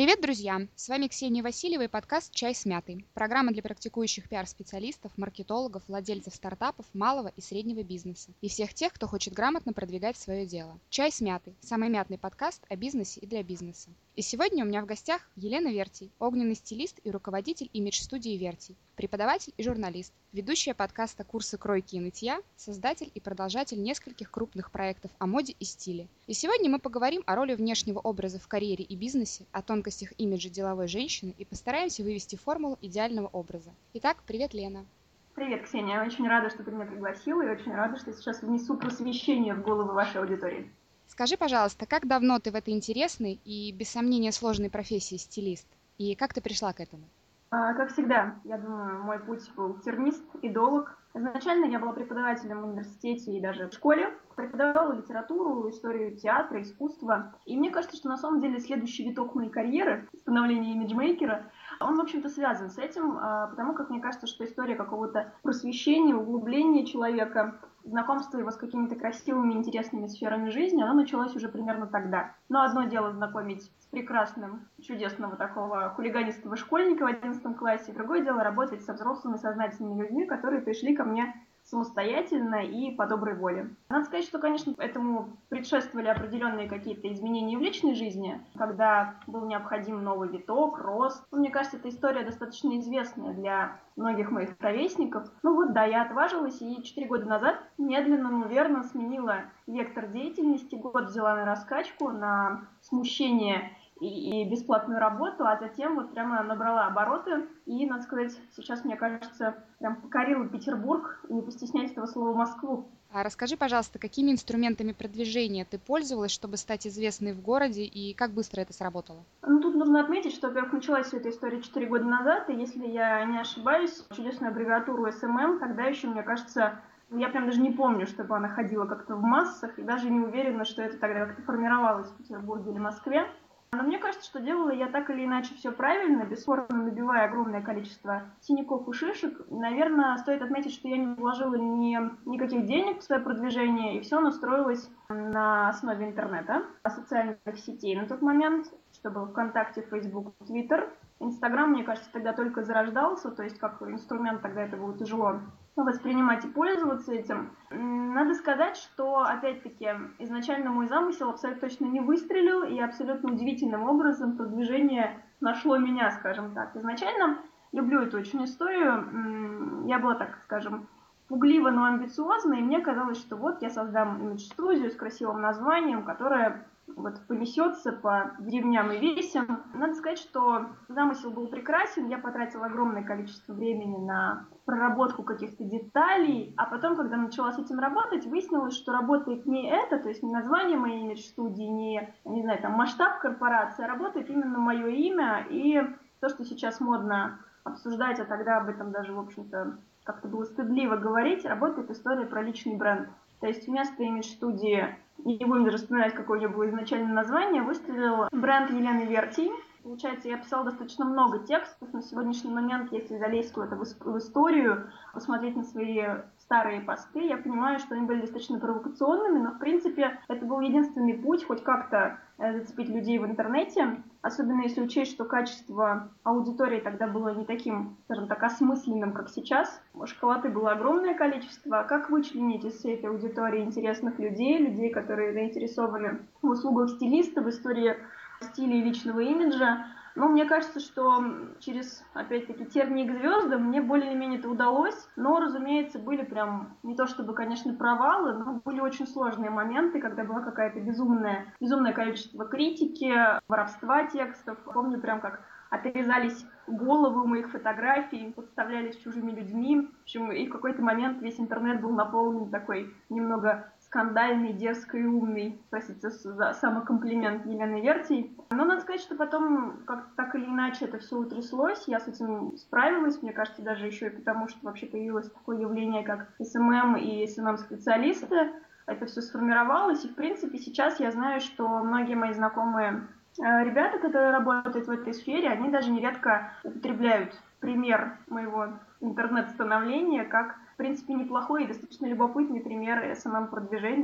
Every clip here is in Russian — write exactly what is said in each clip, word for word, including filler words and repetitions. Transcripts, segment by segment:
Привет, друзья! С вами Ксения Васильева и подкаст «Чай с мятой». Программа для практикующих пиар-специалистов, маркетологов, владельцев стартапов, малого и среднего бизнеса. И всех тех, кто хочет грамотно продвигать свое дело. «Чай с мятой» – самый мятный подкаст о бизнесе и для бизнеса. И сегодня у меня в гостях Елена Вертий, огненный стилист и руководитель имидж-студии Вертий, преподаватель и журналист, ведущая подкаста «Курсы кройки и нытья», создатель и продолжатель нескольких крупных проектов о моде и стиле. И сегодня мы поговорим о роли внешнего образа в карьере и бизнесе, о тонкостях имиджа деловой женщины и постараемся вывести формулу идеального образа. Итак, привет, Лена. Привет, Ксения. Я очень рада, что ты меня пригласила, и очень рада, что сейчас внесу просвещение в голову вашей аудитории. Скажи, пожалуйста, как давно ты в этой интересной и, без сомнения, сложной профессии стилист? И как ты пришла к этому? А, как всегда, я думаю, мой путь был тернист, идолог. Изначально я была преподавателем в университете и даже в школе. Преподавала литературу, историю театра, искусства. И мне кажется, что на самом деле следующий виток моей карьеры, становление имиджмейкера, он, в общем-то, связан с этим, потому как мне кажется, что история какого-то просвещения, углубления человека, знакомство его с какими-то красивыми, интересными сферами жизни, оно началось уже примерно тогда. Но одно дело знакомить с прекрасным, чудесного такого хулиганистого школьника в одиннадцатом классе, другое дело работать со взрослыми, сознательными людьми, которые пришли ко мне самостоятельно и по доброй воле. Надо сказать, что, конечно, этому предшествовали определенные какие-то изменения в личной жизни, когда был необходим новый виток, рост. Ну, мне кажется, эта история достаточно известная для многих моих ровесников. Ну вот, да, я отважилась и четыре года назад медленно, но верно сменила вектор деятельности. Год взяла на раскачку, на смущение и бесплатную работу, а затем вот прямо набрала обороты. И, надо сказать, сейчас, мне кажется, прям покорила Петербург, и не постесняюсь этого слова, Москву. А расскажи, пожалуйста, какими инструментами продвижения ты пользовалась, чтобы стать известной в городе, и как быстро это сработало? Ну, тут нужно отметить, что, во-первых, началась вся эта история четыре года назад, и если я не ошибаюсь, чудесную аббревиатуру эс эм эм, тогда еще, мне кажется, я прям даже не помню, чтобы она ходила как-то в массах, и даже не уверена, что это тогда как-то формировалось в Петербурге или Москве. Но мне кажется, что делала я так или иначе все правильно, бесспорно набивая огромное количество синяков и шишек. Наверное, стоит отметить, что я не вложила ни, никаких денег в свое продвижение, и все настроилось на основе интернета, социальных сетей на тот момент, что было ВКонтакте, Фейсбук, Твиттер. Инстаграм, мне кажется, тогда только зарождался, то есть как инструмент тогда это было тяжело воспринимать и пользоваться этим. Надо сказать, что, опять-таки, изначально мой замысел абсолютно точно не выстрелил, и абсолютно удивительным образом продвижение нашло меня, скажем так. Изначально, люблю эту очень историю, я была, так скажем, пуглива, но амбициозна, и мне казалось, что вот я создам имидж-студию с красивым названием, которая вот понесется по деревням и весям. Надо сказать, что замысел был прекрасен, я потратила огромное количество времени на проработку каких-то деталей, а потом, когда начала с этим работать, выяснилось, что работает не это, то есть не название моей имидж-студии, не, не знаю, там, масштаб корпорации, а работает именно мое имя и то, что сейчас модно обсуждать, а тогда об этом даже, в общем-то, как-то было стыдливо говорить, работает история про личный бренд. То есть вместо имидж-студии, не будем даже вспоминать, какое у нее было изначальное название, выстрелил бренд Елены Вертий. Получается, я писала достаточно много текстов. На сегодняшний момент, если залезть куда-то в историю, посмотреть на свои старые посты, я понимаю, что они были достаточно провокационными, но, в принципе, это был единственный путь хоть как-то зацепить людей в интернете, особенно если учесть, что качество аудитории тогда было не таким, скажем так, осмысленным, как сейчас. Школоты было огромное количество. А как вычленить из всей этой аудитории интересных людей, людей, которые заинтересованы в услугах стилиста, в истории стиля и личного имиджа? Ну, мне кажется, что через, опять-таки, тернии к звездам мне более-менее это удалось, но, разумеется, были прям, не то чтобы, конечно, провалы, но были очень сложные моменты, когда была какая-то безумная, безумное количество критики, воровства текстов. Помню прям, как отрезались головы у моих фотографий, подставлялись чужими людьми. В общем, и в какой-то момент весь интернет был наполнен такой немного скандальный, дерзкий и умный, простите за самокомплимент, Елены Вертий. Но надо сказать, что потом как-то так или иначе это все утряслось, я с этим справилась, мне кажется, даже еще и потому, что вообще появилось такое явление, как эс эм эм и эс эм эм-специалисты. Это все сформировалось, и, в принципе, сейчас я знаю, что многие мои знакомые ребята, которые работают в этой сфере, они даже нередко употребляют пример моего интернет-становления как, в принципе, неплохой и достаточно любопытный пример эс эм эм-продвижения.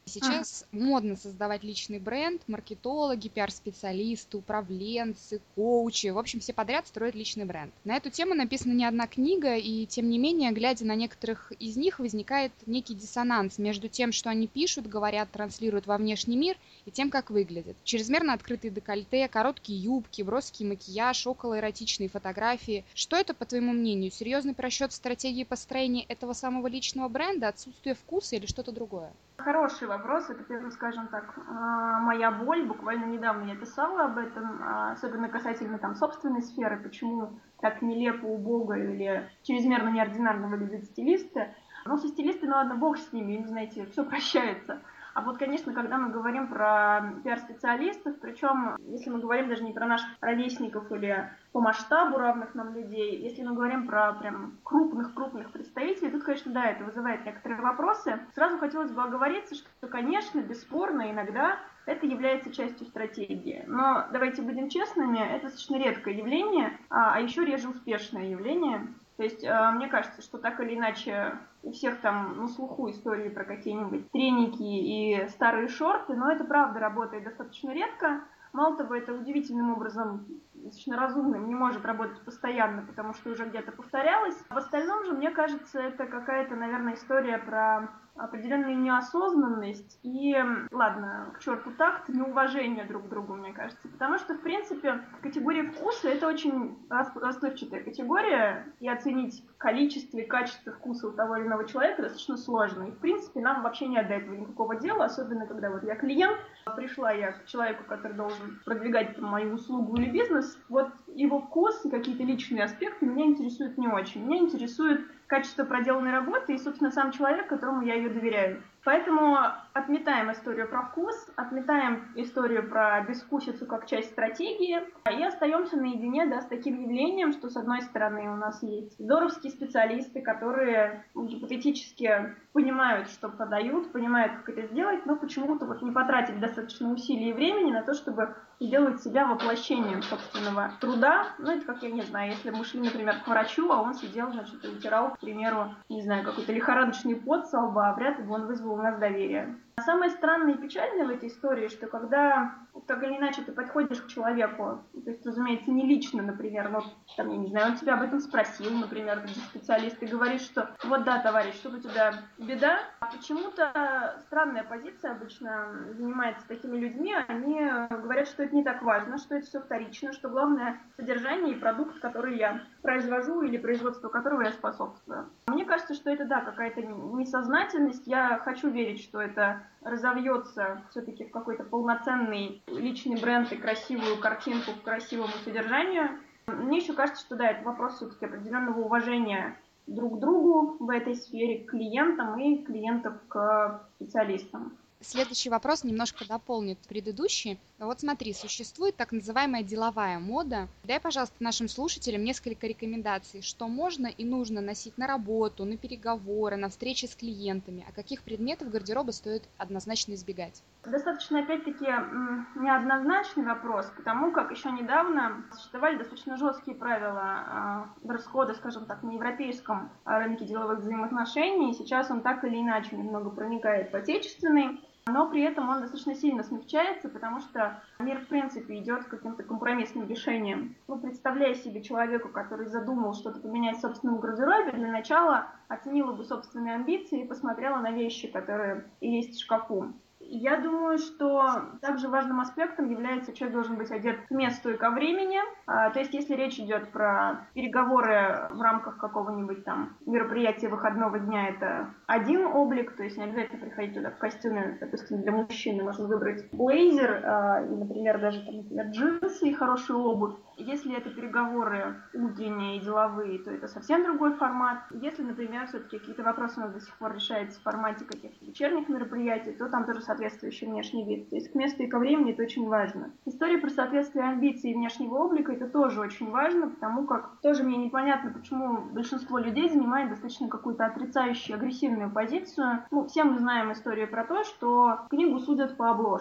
Мгм. Сейчас модно создавать личный бренд, маркетологи, пиар-специалисты, управленцы, коучи, в общем, все подряд строят личный бренд. На эту тему написана не одна книга, и тем не менее, глядя на некоторых из них, возникает некий диссонанс между тем, что они пишут, говорят, транслируют во внешний мир, и тем, как выглядят. Чрезмерно открытые декольте, короткие юбки, броский макияж, околоэротичные фотографии. Что это, по твоему мнению, серьезный просчет в стратегии построения этого самого личного бренда, отсутствие вкуса или что-то другое? Хороший вопрос. Это, прям, скажем так, а, моя боль. Буквально недавно я писала об этом, а, особенно касательно там собственной сферы, почему так нелепо, убого или чрезмерно неординарно выглядят стилисты. Ну, со стилистами, ну ладно, бог с ними, им, знаете, все прощается. А вот, конечно, когда мы говорим про пиар-специалистов, причем, если мы говорим даже не про наших ровесников или по масштабу равных нам людей, если мы говорим про прям крупных-крупных представителей, тут, конечно, да, это вызывает некоторые вопросы. Сразу хотелось бы оговориться, что, конечно, бесспорно, иногда это является частью стратегии. Но давайте будем честными, это достаточно редкое явление, а, а еще реже успешное явление. То есть э, мне кажется, что так или иначе у всех там на слуху истории про какие-нибудь треники и старые шорты, но это правда работает достаточно редко. Мало того, это удивительным образом, достаточно разумным, не может работать постоянно, потому что уже где-то повторялось. В остальном же, мне кажется, это какая-то, наверное, история про определенную неосознанность и, ладно, к черту такт, неуважение друг к другу, мне кажется. Потому что, в принципе, категория вкуса — это очень расплывчатая категория, и оценить количество и качество вкуса у того или иного человека достаточно сложно. И, в принципе, нам вообще нет до этого никакого дела, особенно когда вот я клиент, пришла я к человеку, который должен продвигать там, мою услугу или бизнес, вот его вкус и какие-то личные аспекты меня интересуют не очень. Меня интересует качество проделанной работы и, собственно, сам человек, которому я ее доверяю. Поэтому отметаем историю про вкус, отметаем историю про безвкусицу как часть стратегии и остаемся наедине, да, с таким явлением, что, с одной стороны, у нас есть здоровские специалисты, которые гипотетически понимают, что продают, понимают, как это сделать, но почему-то вот не потратили достаточно усилий и времени на то, чтобы сделать себя воплощением собственного труда. Ну, это как, я не знаю, если мы шли, например, к врачу, а он сидел, значит, и утирал, к примеру, не знаю, какой-то лихорадочный пот со лба, вряд ли бы он вызвал у нас доверие. Самое странное и печальное в этой истории, что когда так или иначе ты подходишь к человеку, то есть, разумеется, не лично, например, но, там, я не знаю, он тебя об этом спросил, например, ты специалист, и говоришь, что вот да, товарищ, что у тебя беда, а почему-то странная позиция обычно занимается такими людьми, они говорят, что это не так важно, что это все вторично, что главное содержание и продукт, который я произвожу или производство которого я способствую. Мне кажется, что это, да, какая-то несознательность. Я хочу верить, что это разовьется все-таки в какой-то полноценный личный бренд и красивую картинку к красивому содержанию. Мне еще кажется, что, да, это вопрос все-таки определенного уважения друг к другу в этой сфере, к клиентам и клиентов к специалистам. Следующий вопрос немножко дополнит предыдущий. Вот смотри, существует так называемая деловая мода. Дай, пожалуйста, нашим слушателям несколько рекомендаций, что можно и нужно носить на работу, на переговоры, на встречи с клиентами, а каких предметов гардероба стоит однозначно избегать. Достаточно, опять-таки, неоднозначный вопрос, потому как еще недавно существовали достаточно жесткие правила дресс-кода, скажем так, на европейском рынке деловых взаимоотношений. Сейчас он так или иначе немного проникает в отечественный, но при этом он достаточно сильно смягчается, потому что мир, в принципе, идет к каким-то компромиссным решениям. Ну, представляя себе человеку, который задумал что-то поменять в собственном гардеробе, для начала оценила бы собственные амбиции и посмотрела на вещи, которые есть в шкафу. Я думаю, что также важным аспектом является, человек должен быть одет к месту и ко времени. А, то есть, если речь идет про переговоры в рамках какого-нибудь там мероприятия выходного дня, это один облик, то есть не обязательно приходить туда в костюме, допустим, для мужчины можно выбрать блейзер, а, и, например, даже там, например, джинсы и хорошую обувь. Если это переговоры утренние и деловые, то это совсем другой формат. Если, например, все-таки какие-то вопросы у нас до сих пор решаются в формате каких-то вечерних мероприятий, то там тоже соответствующий внешний вид. То есть к месту и ко времени это очень важно. История про соответствие амбиций и внешнего облика — это тоже очень важно, потому как тоже мне непонятно, почему большинство людей занимает достаточно какую-то отрицающую, агрессивную позицию. Ну, все мы знаем историю про то, что книгу судят по обложке.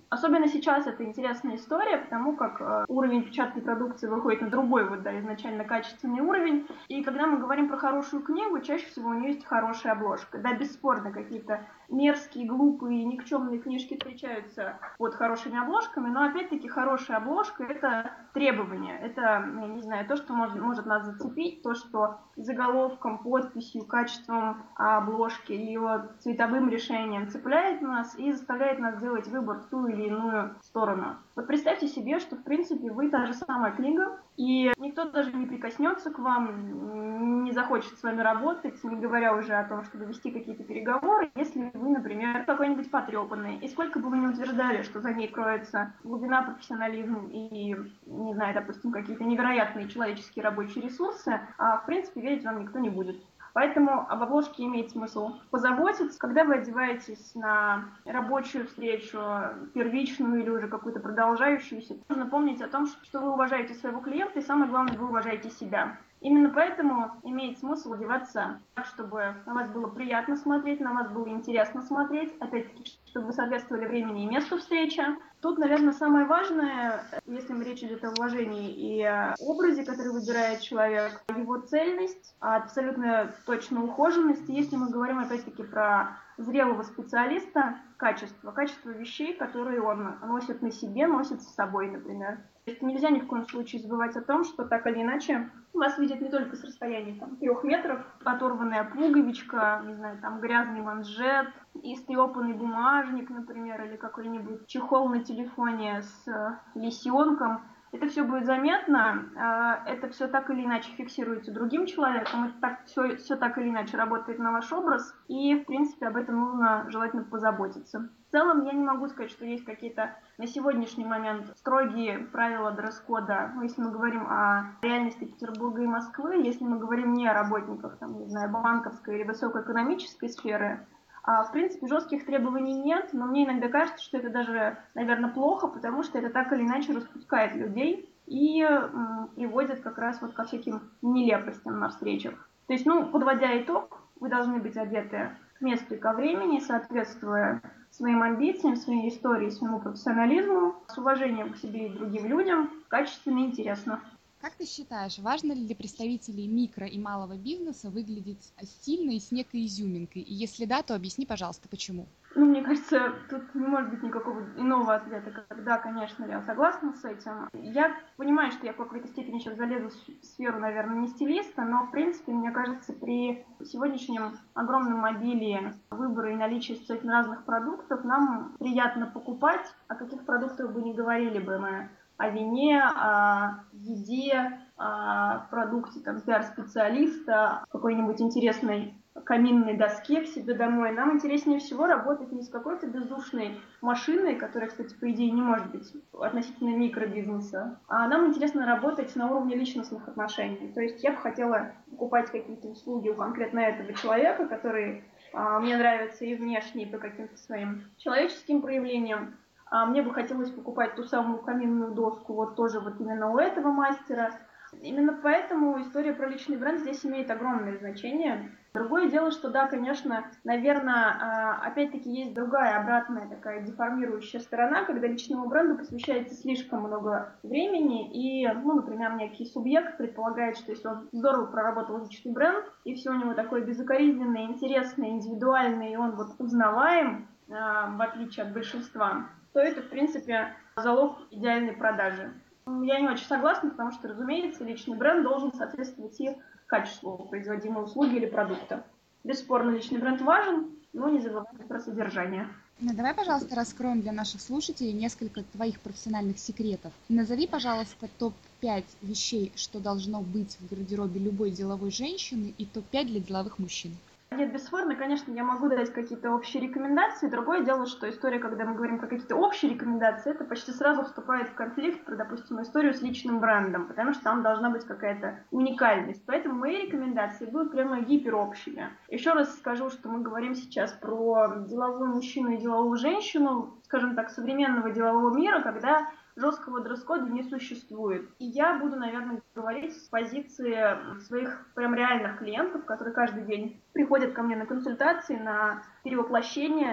Особенно сейчас это интересная история, потому как э, уровень печатной продукции выходит на другой вот, да, изначально качественный уровень. И когда мы говорим про хорошую книгу, чаще всего у нее есть хорошая обложка. Да, бесспорно, какие-то мерзкие, глупые, никчемные книжки встречаются под хорошими обложками, но опять-таки хорошая обложка — это требование, это, я не знаю, то, что может, может нас зацепить, то, что заголовком, подписью, качеством обложки и его цветовым решением цепляет нас и заставляет нас делать выбор в ту или иную сторону. Вот представьте себе, что в принципе вы та же самая книга, и никто даже не прикоснется к вам, не захочет с вами работать, не говоря уже о том, чтобы вести какие-то переговоры, если вы, например, какой-нибудь потрепанный. И сколько бы вы ни утверждали, что за ней кроется глубина, профессионализм и, не знаю, допустим, какие-то невероятные человеческие рабочие ресурсы, а в принципе верить вам никто не будет. Поэтому об обложке имеет смысл позаботиться. Когда вы одеваетесь на рабочую встречу, первичную или уже какую-то продолжающуюся, нужно помнить о том, что вы уважаете своего клиента и, самое главное, вы уважаете себя. Именно поэтому имеет смысл одеваться так, чтобы на вас было приятно смотреть, на вас было интересно смотреть, опять-таки, чтобы вы соответствовали времени и месту встречи. Тут, наверное, самое важное, если речь идет о уважении и образе, который выбирает человек, его цельность, абсолютно точно ухоженность. Если мы говорим, опять-таки, про зрелого специалиста, качество, качество вещей, которые он носит на себе, носит с собой, например. То есть нельзя ни в коем случае забывать о том, что так или иначе вас видят не только с расстояния там, трех метров, оторванная пуговичка, не знаю, там грязный манжет, истрепанный бумажник, например, или какой-нибудь чехол на телефоне с лисенком. Это все будет заметно, это все так или иначе фиксируется другим человеком, это так, все, все так или иначе работает на ваш образ, и, в принципе, об этом нужно желательно позаботиться. В целом, я не могу сказать, что есть какие-то на сегодняшний момент строгие правила дресс-кода, ну, если мы говорим о реальности Петербурга и Москвы, если мы говорим не о работниках, там, не знаю, банковской или высокоэкономической сферы. А, в принципе, жестких требований нет, но мне иногда кажется, что это даже, наверное, плохо, потому что это так или иначе распускает людей и м, приводит как раз вот ко всяким нелепостям на встречах. То есть, ну, подводя итог, вы должны быть одеты к месту и ко времени, соответствуя своим амбициям, своей истории, своему профессионализму, с уважением к себе и другим людям, качественно и интересно. Как ты считаешь, важно ли для представителей микро и малого бизнеса выглядеть стильно и с некой изюминкой? И если да, то объясни, пожалуйста, почему. Ну, мне кажется, тут не может быть никакого иного ответа, как да, конечно, я согласна с этим. Я понимаю, что я в какой-то степени сейчас залезу в сферу, наверное, не стилиста, но, в принципе, мне кажется, при сегодняшнем огромном обилии выбора и наличии сотен разных продуктов нам приятно покупать, о каких продуктах бы ни говорили бы мы. О вине, о еде, о продукте там, пиар-специалиста, какой-нибудь интересной каминной доске к себе домой. Нам интереснее всего работать не с какой-то бездушной машиной, которая, кстати, по идее не может быть относительно микробизнеса, а нам интересно работать на уровне личностных отношений. То есть я бы хотела покупать какие-то услуги у конкретно этого человека, который а, мне нравится и внешне, и по каким-то своим человеческим проявлениям. А мне бы хотелось покупать ту самую каминную доску вот тоже вот именно у этого мастера. Именно поэтому история про личный бренд здесь имеет огромное значение. Другое дело, что да, конечно, наверное, опять-таки есть другая, обратная такая деформирующая сторона, когда личному бренду посвящается слишком много времени, и, ну, например, некий субъект предполагает, что если он здорово проработал личный бренд, и все у него такое безукоризненное, интересное, индивидуальное, и он вот узнаваем, в отличие от большинства, то это, в принципе, залог идеальной продажи. Я не очень согласна, потому что, разумеется, личный бренд должен соответствовать и качеству производимой услуги или продукта. Бесспорно, личный бренд важен, но не забывайте про содержание. Ну, давай, пожалуйста, раскроем для наших слушателей несколько твоих профессиональных секретов. Назови, пожалуйста, топ пять вещей, что должно быть в гардеробе любой деловой женщины, и топ пять для деловых мужчин. Нет, бесспорно, конечно, я могу дать какие-то общие рекомендации. Другое дело, что история, когда мы говорим про какие-то общие рекомендации, это почти сразу вступает в конфликт про, допустим, историю с личным брендом, потому что там должна быть какая-то уникальность. Поэтому мои рекомендации будут прямо гиперобщими. Еще раз скажу, что мы говорим сейчас про деловую мужчину и деловую женщину, скажем так, современного делового мира, когда жесткого дресс-кода не существует. И я буду, наверное, говорить с позиции своих прям реальных клиентов, которые каждый день приходят ко мне на консультации, на перевоплощение.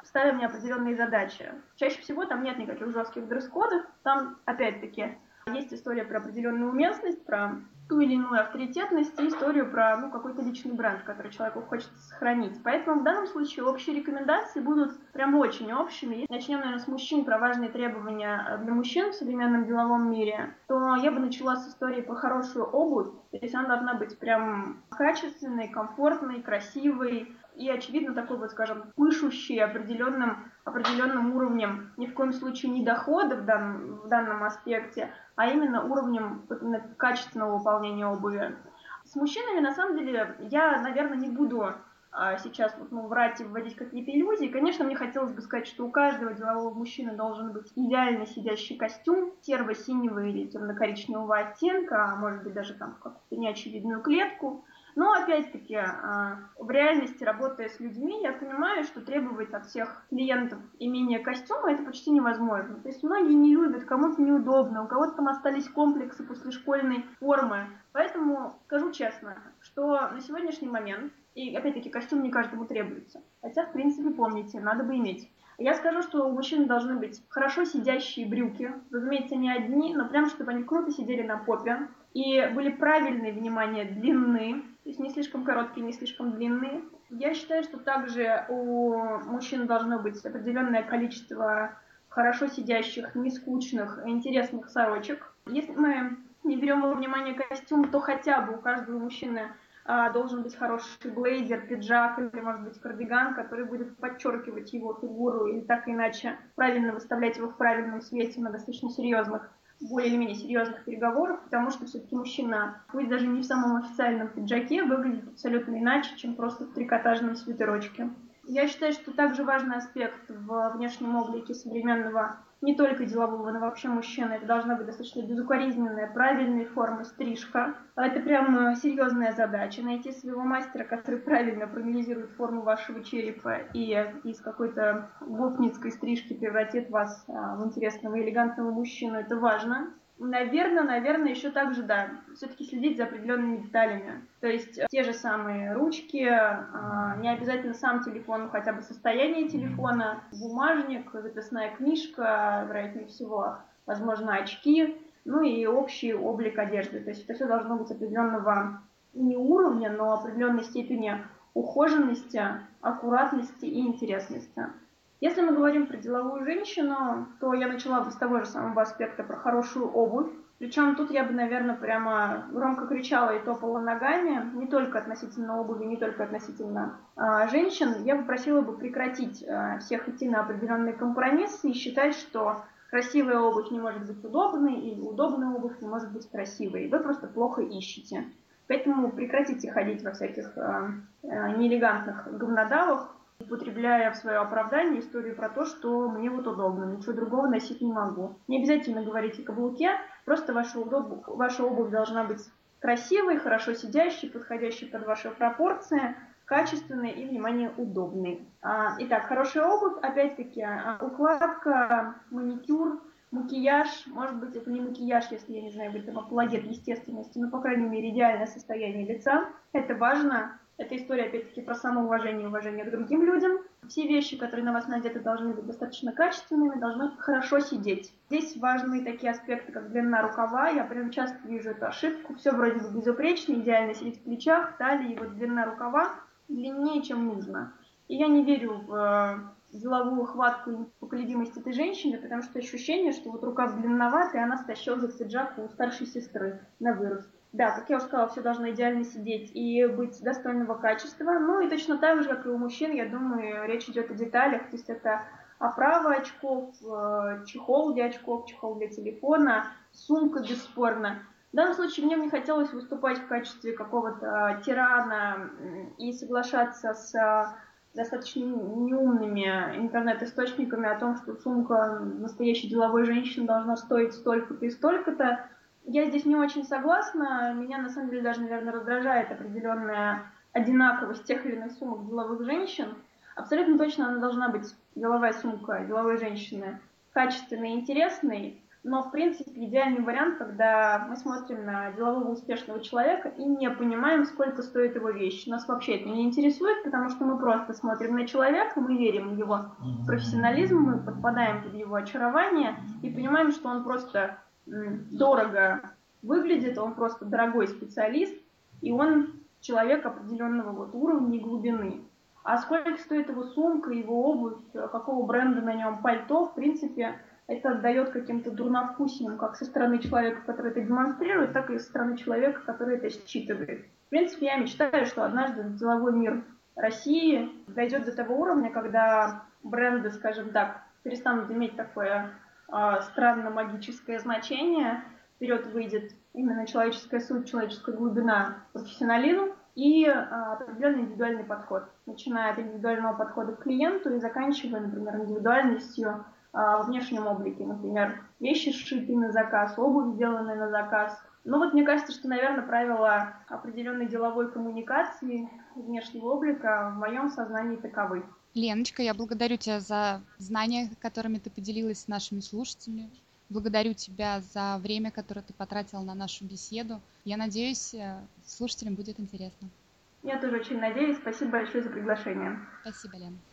ставя мне определенные задачи. Чаще всего там нет никаких жестких дресс-кодов, там, опять-таки, есть история про определенную уместность, про ту или иную авторитетность и историю про ну, какой-то личный бренд, который человеку хочется сохранить. Поэтому в данном случае общие рекомендации будут прям очень общими. Начнем, наверное, с мужчин про важные требования для мужчин в современном деловом мире, то я бы начала с истории про хорошую обувь. То есть она должна быть прям качественной, комфортной, красивой и, очевидно, такой вот, скажем, пышущей определенным, определенным уровнем, ни в коем случае не дохода в данном, в данном аспекте, а именно уровнем именно качественного выполнения обуви. С мужчинами, на самом деле, я, наверное, не буду а, сейчас вот, ну, врать и вводить какие-то иллюзии. Конечно, мне хотелось бы сказать, что у каждого делового мужчины должен быть идеально сидящий костюм серо-синего или темно-коричневого оттенка, а может быть даже там в какую-то неочевидную клетку. Но, опять-таки, в реальности, работая с людьми, я понимаю, что требовать от всех клиентов имения костюма это почти невозможно. То есть многие не любят, кому-то неудобно, у кого-то там остались комплексы после школьной формы. Поэтому скажу честно, что на сегодняшний момент, и опять-таки костюм не каждому требуется, хотя, в принципе, помните, надо бы иметь. Я скажу, что у мужчин должны быть хорошо сидящие брюки, разумеется, не одни, но прям, чтобы они круто сидели на попе, и были правильные, внимание, длины, то есть не слишком короткие, не слишком длинные. Я считаю, что также у мужчин должно быть определенное количество хорошо сидящих, не скучных, интересных сорочек. Если мы не берем во внимание костюм, то хотя бы у каждого мужчины а, должен быть хороший блейзер, пиджак или, может быть, кардиган, который будет подчеркивать его фигуру или так или иначе правильно выставлять его в правильном свете на достаточно серьезных, более или менее серьезных переговорах, потому что все-таки мужчина, пусть даже не в самом официальном пиджаке, выглядит абсолютно иначе, чем просто в трикотажном свитерочке. Я считаю, что также важный аспект в внешнем облике современного, не только делового, но вообще мужчины, это должна быть достаточно безукоризненная, правильной формы стрижка. Это прям серьезная задача, найти своего мастера, который правильно проанализирует форму вашего черепа и из какой-то гопницкой стрижки превратит вас в интересного и элегантного мужчину, это важно. Наверное, наверное, еще также, да, все-таки следить за определенными деталями. То есть те же самые ручки, не обязательно сам телефон, хотя бы состояние телефона, бумажник, записная книжка, вероятнее всего, возможно, очки, ну и общий облик одежды. То есть это все должно быть определенного не уровня, но определенной степени ухоженности, аккуратности и интересности. Если мы говорим про деловую женщину, то я начала бы с того же самого аспекта про хорошую обувь. Причем тут я бы, наверное, прямо громко кричала и топала ногами, не только относительно обуви, не только относительно э, женщин. Я бы просила бы прекратить э, всех идти на определенные компромиссы и считать, что красивая обувь не может быть удобной, или удобная обувь не может быть красивой. Вы просто плохо ищете. Поэтому прекратите ходить во всяких э, э, неэлегантных говнодавах, употребляя в свое оправдание историю про то, что мне вот удобно, ничего другого носить не могу. Не обязательно говорить о каблуке, просто ваша, удоб... ваша обувь должна быть красивой, хорошо сидящей, подходящей под ваши пропорции, качественной и, внимание, удобной. Итак, хорошая обувь, опять-таки, укладка, маникюр, макияж, может быть, это не макияж, если, я не знаю, быть там апологет естественности, но, по крайней мере, идеальное состояние лица. Это важно. Это история, опять-таки, про самоуважение и уважение к другим людям. Все вещи, которые на вас надеты, должны быть достаточно качественными, должны хорошо сидеть. Здесь важны такие аспекты, как длина рукава. Я прям часто вижу эту ошибку. Все вроде бы безупречно, идеально сидит в плечах, талии, и вот длина рукава длиннее, чем нужно. И я не верю в деловую хватку и непоколебимость этой женщины, потому что ощущение, что вот рукав длинноватый, и она стащила за пиджак у старшей сестры на вырост. Да, как я уже сказала, все должно идеально сидеть и быть достойного качества. Ну и точно так же, как и у мужчин, я думаю, речь идет о деталях. То есть это оправа очков, чехол для очков, чехол для телефона, сумка, бесспорно. В данном случае мне не хотелось выступать в качестве какого-то тирана и соглашаться с достаточно неумными интернет-источниками о том, что сумка настоящей деловой женщины должна стоить столько-то и столько-то. Я здесь не очень согласна. Меня, на самом деле, даже, наверное, раздражает определенная одинаковость тех или иных сумок деловых женщин. Абсолютно точно она должна быть, деловая сумка деловой женщины, качественной и интересной, Но, в принципе, идеальный вариант, когда мы смотрим на делового успешного человека и не понимаем, сколько стоит его вещь. Нас вообще это не интересует, потому что мы просто смотрим на человека, мы верим в его профессионализм, мы подпадаем под его очарование и понимаем, что он просто дорого выглядит, он просто дорогой специалист, и он человек определенного вот уровня и глубины. А сколько стоит его сумка, его обувь, какого бренда на нем пальто, в принципе, это отдает каким-то дурновкусием, как со стороны человека, который это демонстрирует, так и со стороны человека, который это считывает. В принципе, я мечтаю, что однажды деловой мир России дойдет до того уровня, когда бренды, скажем так, перестанут иметь такое э, странно-магическое значение, вперед выйдет именно человеческая суть, человеческая глубина, профессионализм и э, определенный индивидуальный подход, начиная от индивидуального подхода к клиенту и заканчивая, например, индивидуальностью в внешнем облике, например, вещи сшитые на заказ, обувь сделанная на заказ. Ну вот мне кажется, что, наверное, правила определенной деловой коммуникации внешнего облика в моем сознании таковы. Леночка, я благодарю тебя за знания, которыми ты поделилась с нашими слушателями. Благодарю тебя за время, которое ты потратила на нашу беседу. Я надеюсь, слушателям будет интересно. Я тоже очень надеюсь. Спасибо большое за приглашение. Спасибо, Лен.